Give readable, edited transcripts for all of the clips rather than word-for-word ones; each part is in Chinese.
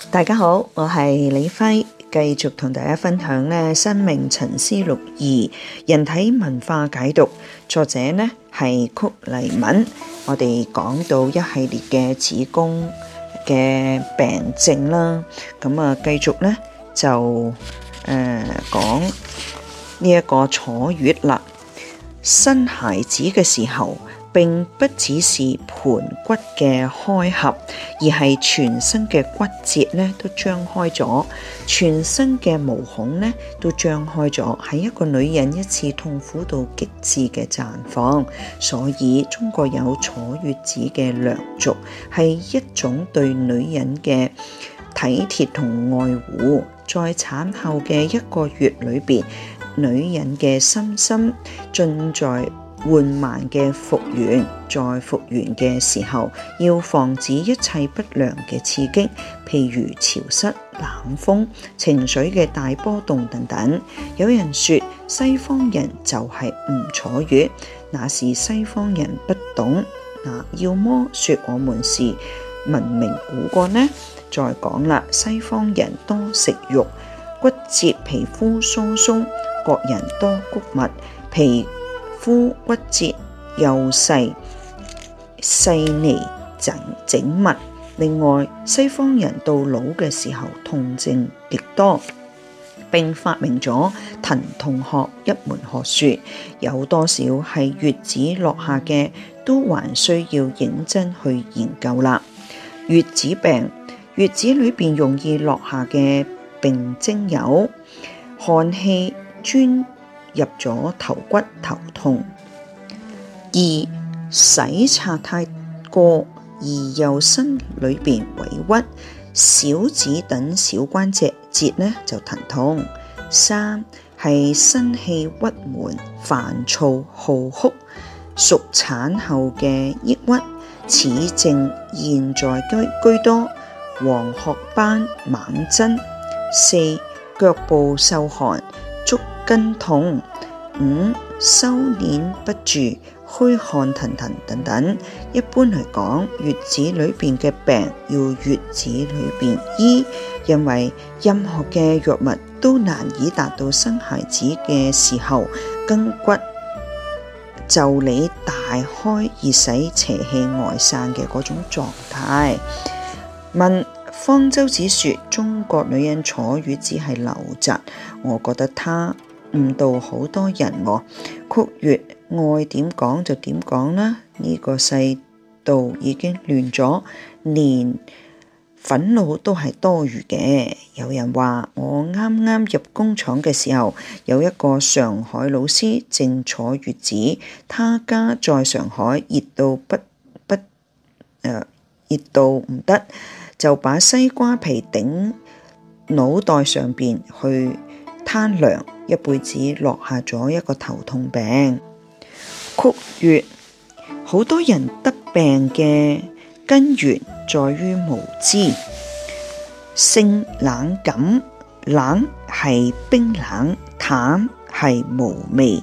大家好，我係李輝，繼續同大家分享呢《生命沉思錄2人體文化解讀》，作者呢係曲黎敏。我哋講到一系列嘅子宮嘅病症啦，咁啊繼續呢就講呢一個坐月啦。生孩子嘅時候，並不只是盆骨嘅開合，而係全身嘅骨節咧都張開咗，全身嘅毛孔咧都張開咗，係一個女人一次痛苦到極致嘅綻放。所以中國有坐月子嘅良俗，係一種對女人嘅體貼同愛護。在產後嘅一個月裏邊，女人嘅身心盡在緩慢嘅復原，在復原嘅時候，要防止一切不良嘅刺激，譬如潮濕、冷風、情緒嘅大波動等等。有人說西方人就係唔坐月，那是西方人不懂，要麼說我們是文明古國呢？再講啦，西方人多食肉，骨節皮膚疏鬆，國人多穀物，皮膚骨節幼細膩整密。另外，西方人到老嘅時候痛症極多，並發明咗疼痛學一門學說，有多少係月子落下嘅，都還需要認真去研究啦。月子病，月子裏邊容易落下嘅病徵有寒氣鑽入咗頭骨，頭痛；二、洗刷太過而又身裏邊委屈，小指等小關節呢就疼痛；三係生氣鬱悶、煩躁好哭，屬產後嘅抑鬱，此症現在居多。黃褐斑猛增；四、腳部受寒，足跟痛；五、收斂不住，虛汗騰騰等等。一般嚟講，月子裏邊嘅病要月子裏邊醫，因為任何嘅藥物都難以達到生孩子嘅時候筋骨就理大開而使邪氣外散嘅嗰種狀態。問方舟子說中國女人坐月子係陋習，我覺得他誤導好多人喎。曲月愛點講就點講啦，呢個世道已經亂咗，連憤怒都係多餘嘅。有人話我啱啱入工廠嘅時候，有一個上海老師正坐月子，他家在上海熱到唔得，就把西瓜皮頂腦袋上邊去攤涼，一輩子落下咗一個頭痛病。曲月，好多人得病嘅根源在於無知。性冷感，冷係冰冷，淡係無味，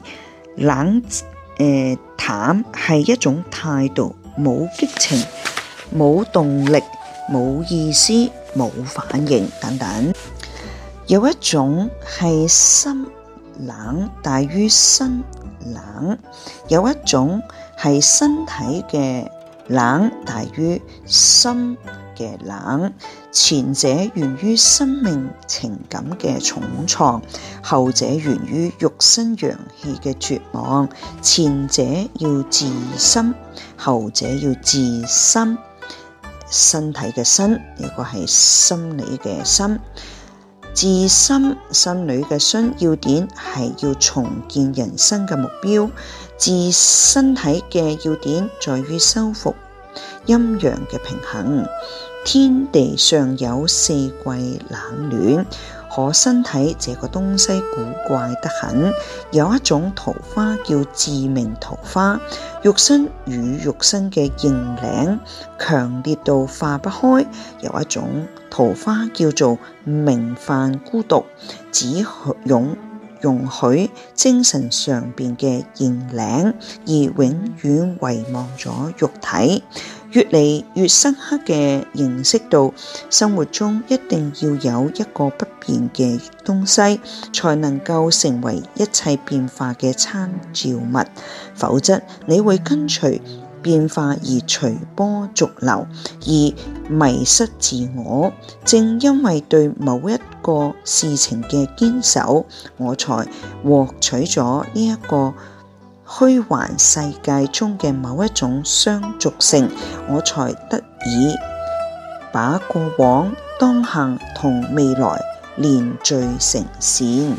淡係一種態度，冇激情，冇動力，冇意思，冇反應等等。有一種係心冷大於身冷，有一種係身體嘅冷大於心嘅冷。前者源於生命情感嘅重創，後者源於肉身陽氣嘅絕望。前者要治心，後者要治心。身體嘅身，呢個係心理嘅心。治心，心理嘅心要點係要重建人生嘅目標。治身體嘅要點在於修復陰陽嘅平衡。天地上有四季冷暖，可身體這個東西古怪得很。有一種桃花叫致命桃花，肉身與肉身嘅認領強烈到化不開。有一種桃花叫做名飯孤獨，只容許精神上邊嘅認領，而永遠遺忘咗肉體。 越嚟越深刻嘅認識到，生活中一定要有一個不變嘅東西，才能夠成為一切變化嘅參照物，否則你會跟隨變化而隨波逐流，而迷失自我。正因為對某一個事情嘅堅守，我才獲取咗呢一個虛幻世界中嘅某一種相續性，我才得以把過往、當下同未來連聚成線。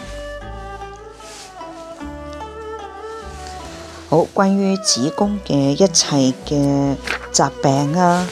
好，關於子宮嘅一切嘅疾病啊，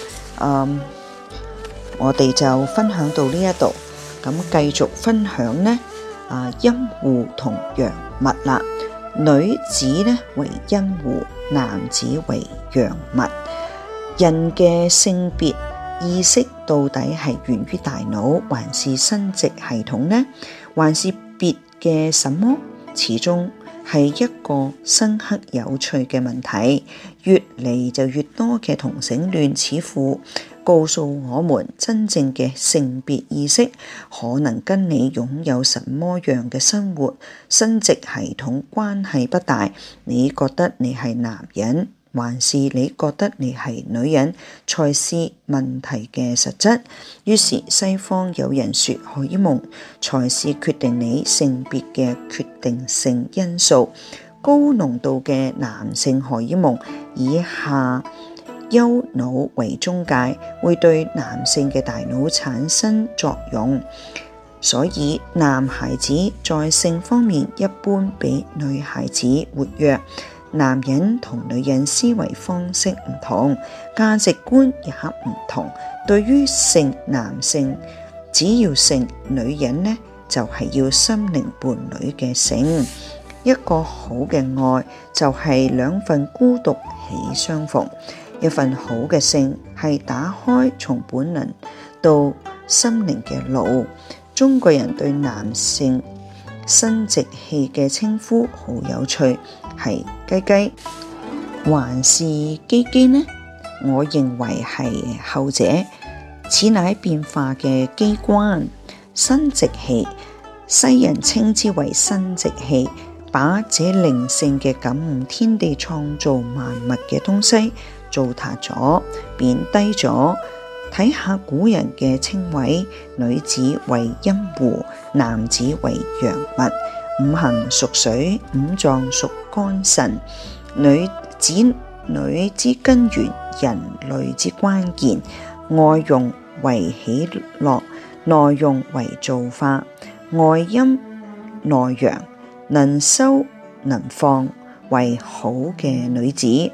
我哋就分享到呢一度，咁繼續分享呢陰戶同陽脈啦。女子呢為陰戶，男子為陽脈。人嘅性別意識到底係源於大腦，還是生殖系統呢？還是別嘅什麼？始終係一個深刻有趣嘅問題。越嚟就越多嘅同性戀似乎告訴我們，真正嘅性別意識可能跟你擁有什麼樣嘅生活、生殖系統關係不大。你覺得你係男人，還是你覺得你係女人，才是問題嘅實質。於是西方有人說，荷爾蒙才是決定你性別嘅決定性因素。高濃度嘅男性荷爾蒙以下丘腦為中介，會對男性嘅大腦產生作用，所以男孩子在性方面一般比女孩子活躍。男人同女人思維方式唔同，價值觀也唔同。對於性，男性只要性，女人呢就係要心靈伴侶嘅性。一個好嘅愛就係兩份孤獨喜相逢。一份好嘅性係打開從本能到心靈嘅路。中國人對男性生殖器嘅稱呼好有趣，係雞雞還是雞雞呢？我認為係後者，此乃變化嘅機關。生殖器，西人稱之為生殖器，把這靈性嘅感悟天地創造萬物嘅東西糟蹋咗，貶低咗。睇下古人嘅稱謂，女子為陰戶，男子為陽脈。五行屬水，五臟屬肝腎。女之根源，人類之關鍵。外用為喜樂，內用為造化。外陰內陽，能收能放為好嘅女子。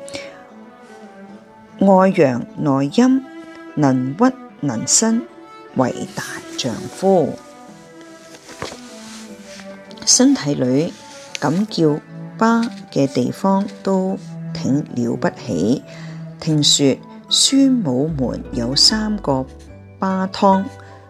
外陽內陰，能屈能伸為大丈夫。身體裏敢叫疤嘅地方都挺了不起。聽說孫武們有三疤湯：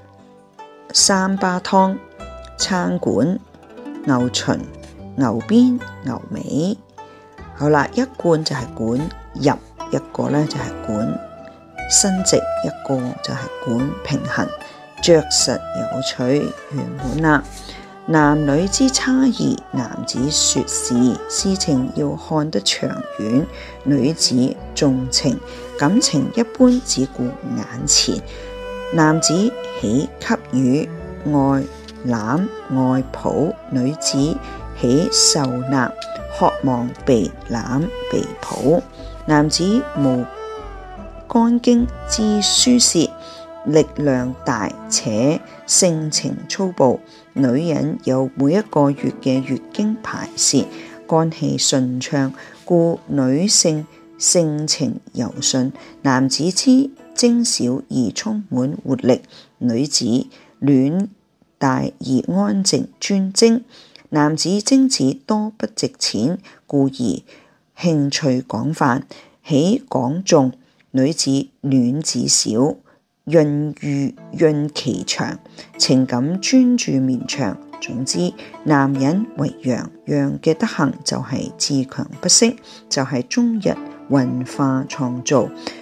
餐館、牛唇、牛鞭、牛尾。好啦，一貫就係管入，一個呢就係管生殖，一個就係管平衡，着實有趣圓滿啦。男女之差異，男子說事情要看得長遠，女子重情感情一般只顧眼前。男子喜給予愛攬愛抱，女子喜受納渴望被攬被抱。男子無肝經之輸泄，力量大且性情粗暴。女人有每一個月嘅月經排泄，肝氣順暢，故女性性情柔順。男子之精小而充滿活力，女子卵大而安靜專精。男子精子多不值錢，故而興趣廣泛，喜廣眾。女子卵子少，孕期長，情感專注綿長。總之，男人為陽，陽嘅德行就係自強不息，就係終日運化創造。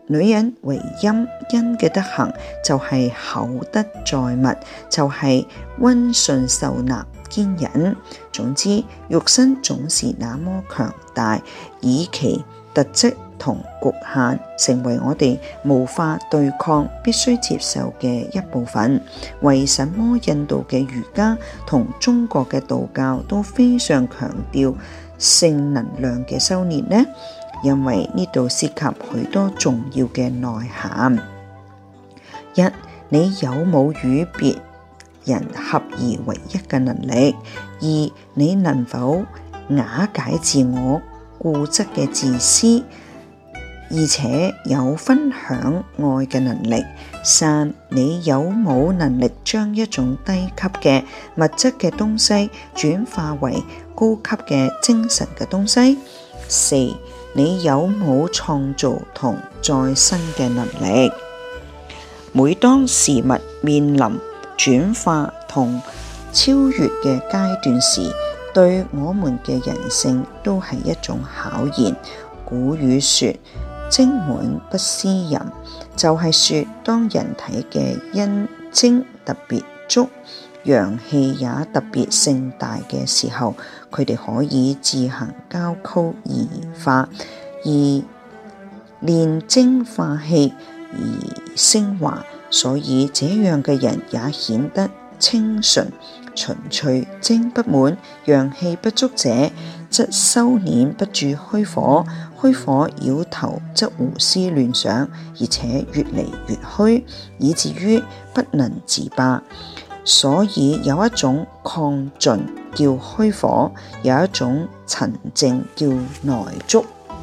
女人為陰陰嘅德行就係厚德載物，就係溫順受納堅忍。總之，肉身總是那麼強大，以其特質同局限，成為我哋無法對抗、必須接受嘅一部分。為什麼印度嘅儒家同中國嘅道教都非常強調性能量嘅修煉呢？因為呢度涉及許多重要嘅內涵。一，你有冇與別人合而為一嘅能力？二，你能否瓦解自我固執嘅自私，而且有分享愛嘅能力？三，你有冇能力將一種低級嘅物質嘅東西轉化為高級嘅精神嘅東西？四，你有冇創造同再生嘅能力？每當事物面臨轉化同超越嘅階段時，對我們嘅人性都係一種考驗。古語說：精滿不思淫，就係說當人體嘅陰精特別足，陽氣也特別盛大嘅時候，佢哋可以自行交溝而化，而煉精化氣而升華，所以這樣嘅人也顯得清純純粹。精不滿、陽氣不足者，則收斂不住虛火，虛火擾頭則胡思亂想，而且越嚟越虛，以至於不能自拔。所以有一種亢進叫虛火，有一種沉靜叫內足。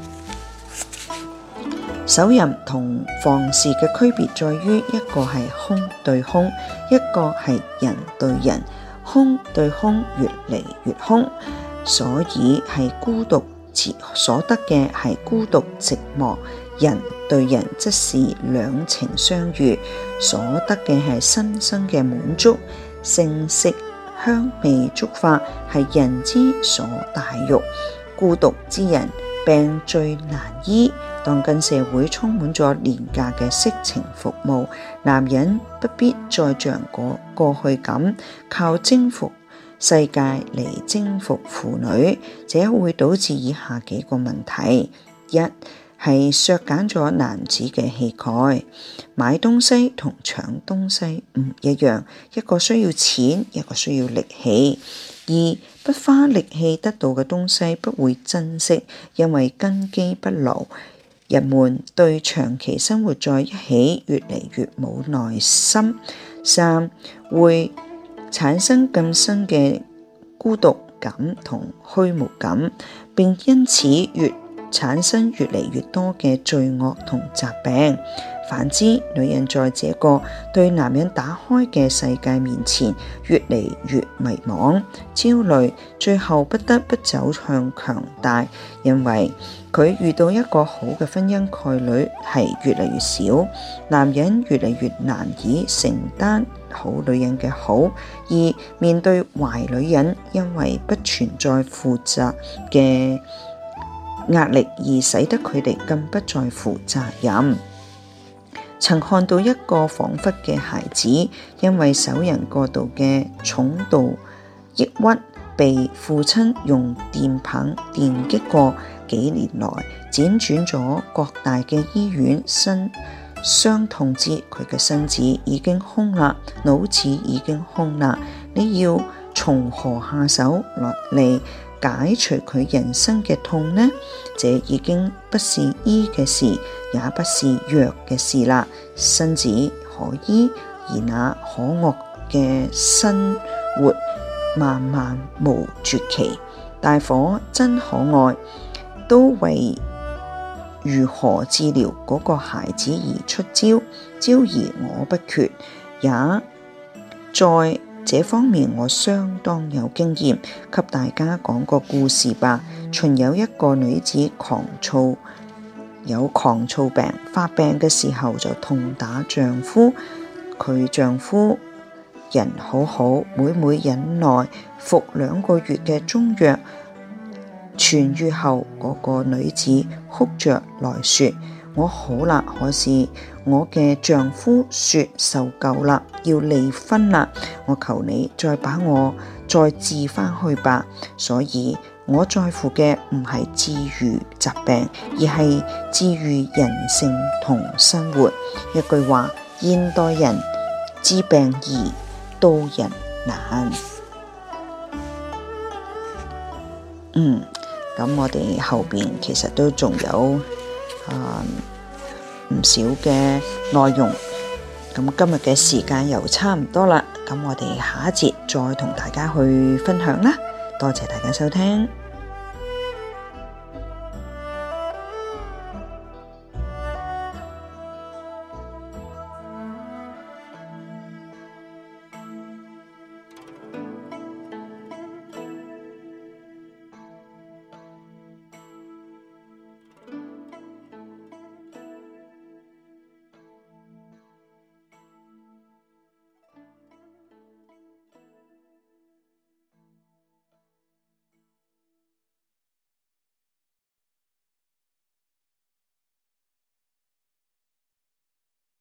手淫同房事嘅區別在於，一個係空對空，一個係人對人。空對空越嚟越空，所以係孤獨，所得嘅係孤獨寂寞。人對人則是兩情相悅，所得嘅係新生嘅滿足。聲色香味觸法係人之所大欲，孤獨之人病最難醫。當今社會充滿咗廉價嘅色情服務，男人不必再像過去咁靠征服世界嚟征服婦女，這會導致以下幾個問題：一係削減咗男子嘅氣概，買東西同搶東西唔一樣，一個需要錢，一個需要力氣。二，不花力氣得到嘅東西不會珍惜，因為根基不牢。人們對長期生活在一起越嚟越冇耐心。三，會產生更深嘅孤獨感同虛無感，並因此產生越嚟越多嘅罪惡同疾病。反之，女人在這個對男人打開嘅世界面前，越嚟越迷茫、焦慮，最後不得不走向強大，因為佢遇到一個好嘅婚姻概率係越嚟越少，男人越嚟越難以承擔好女人嘅好，而面對壞女人，因為不存在負責嘅壓力，而使得佢哋更不在乎責任。曾看到一個恍惚嘅孩子，因為手淫過度嘅重度抑鬱，被父親用電棒電擊過，幾年來輾轉咗各大嘅醫院，傷痛之佢嘅身子已經空啦，腦子已經空啦，你要從何下手落嚟解除佢人生嘅痛呢？這已經不是醫嘅事，也不是藥嘅事啦。身子可醫，而那可惡嘅生活漫漫無絕期。大伙真可愛，都為如何治療嗰個孩子而出招，招而我不缺，也在這方面我相當有經驗，給大家講個故事吧。曾有一個女子有狂躁病，發病嘅時候就痛打丈夫。佢丈夫人好好，每忍耐服2個月嘅中藥，痊愈後，嗰個女子哭着來說： 我好啦，可是我嘅丈夫說受夠啦，要離婚啦，我求你再把我再治翻去吧。所以我在乎嘅唔係治愈疾病，而係治愈人性同生活。一句話，現代人治病易，渡人難。咁我哋後邊其實都仲有唔少嘅內容。咁今日嘅時間又差唔多啦，咁我哋下一節再同大家去分享啦。多謝大家收聽。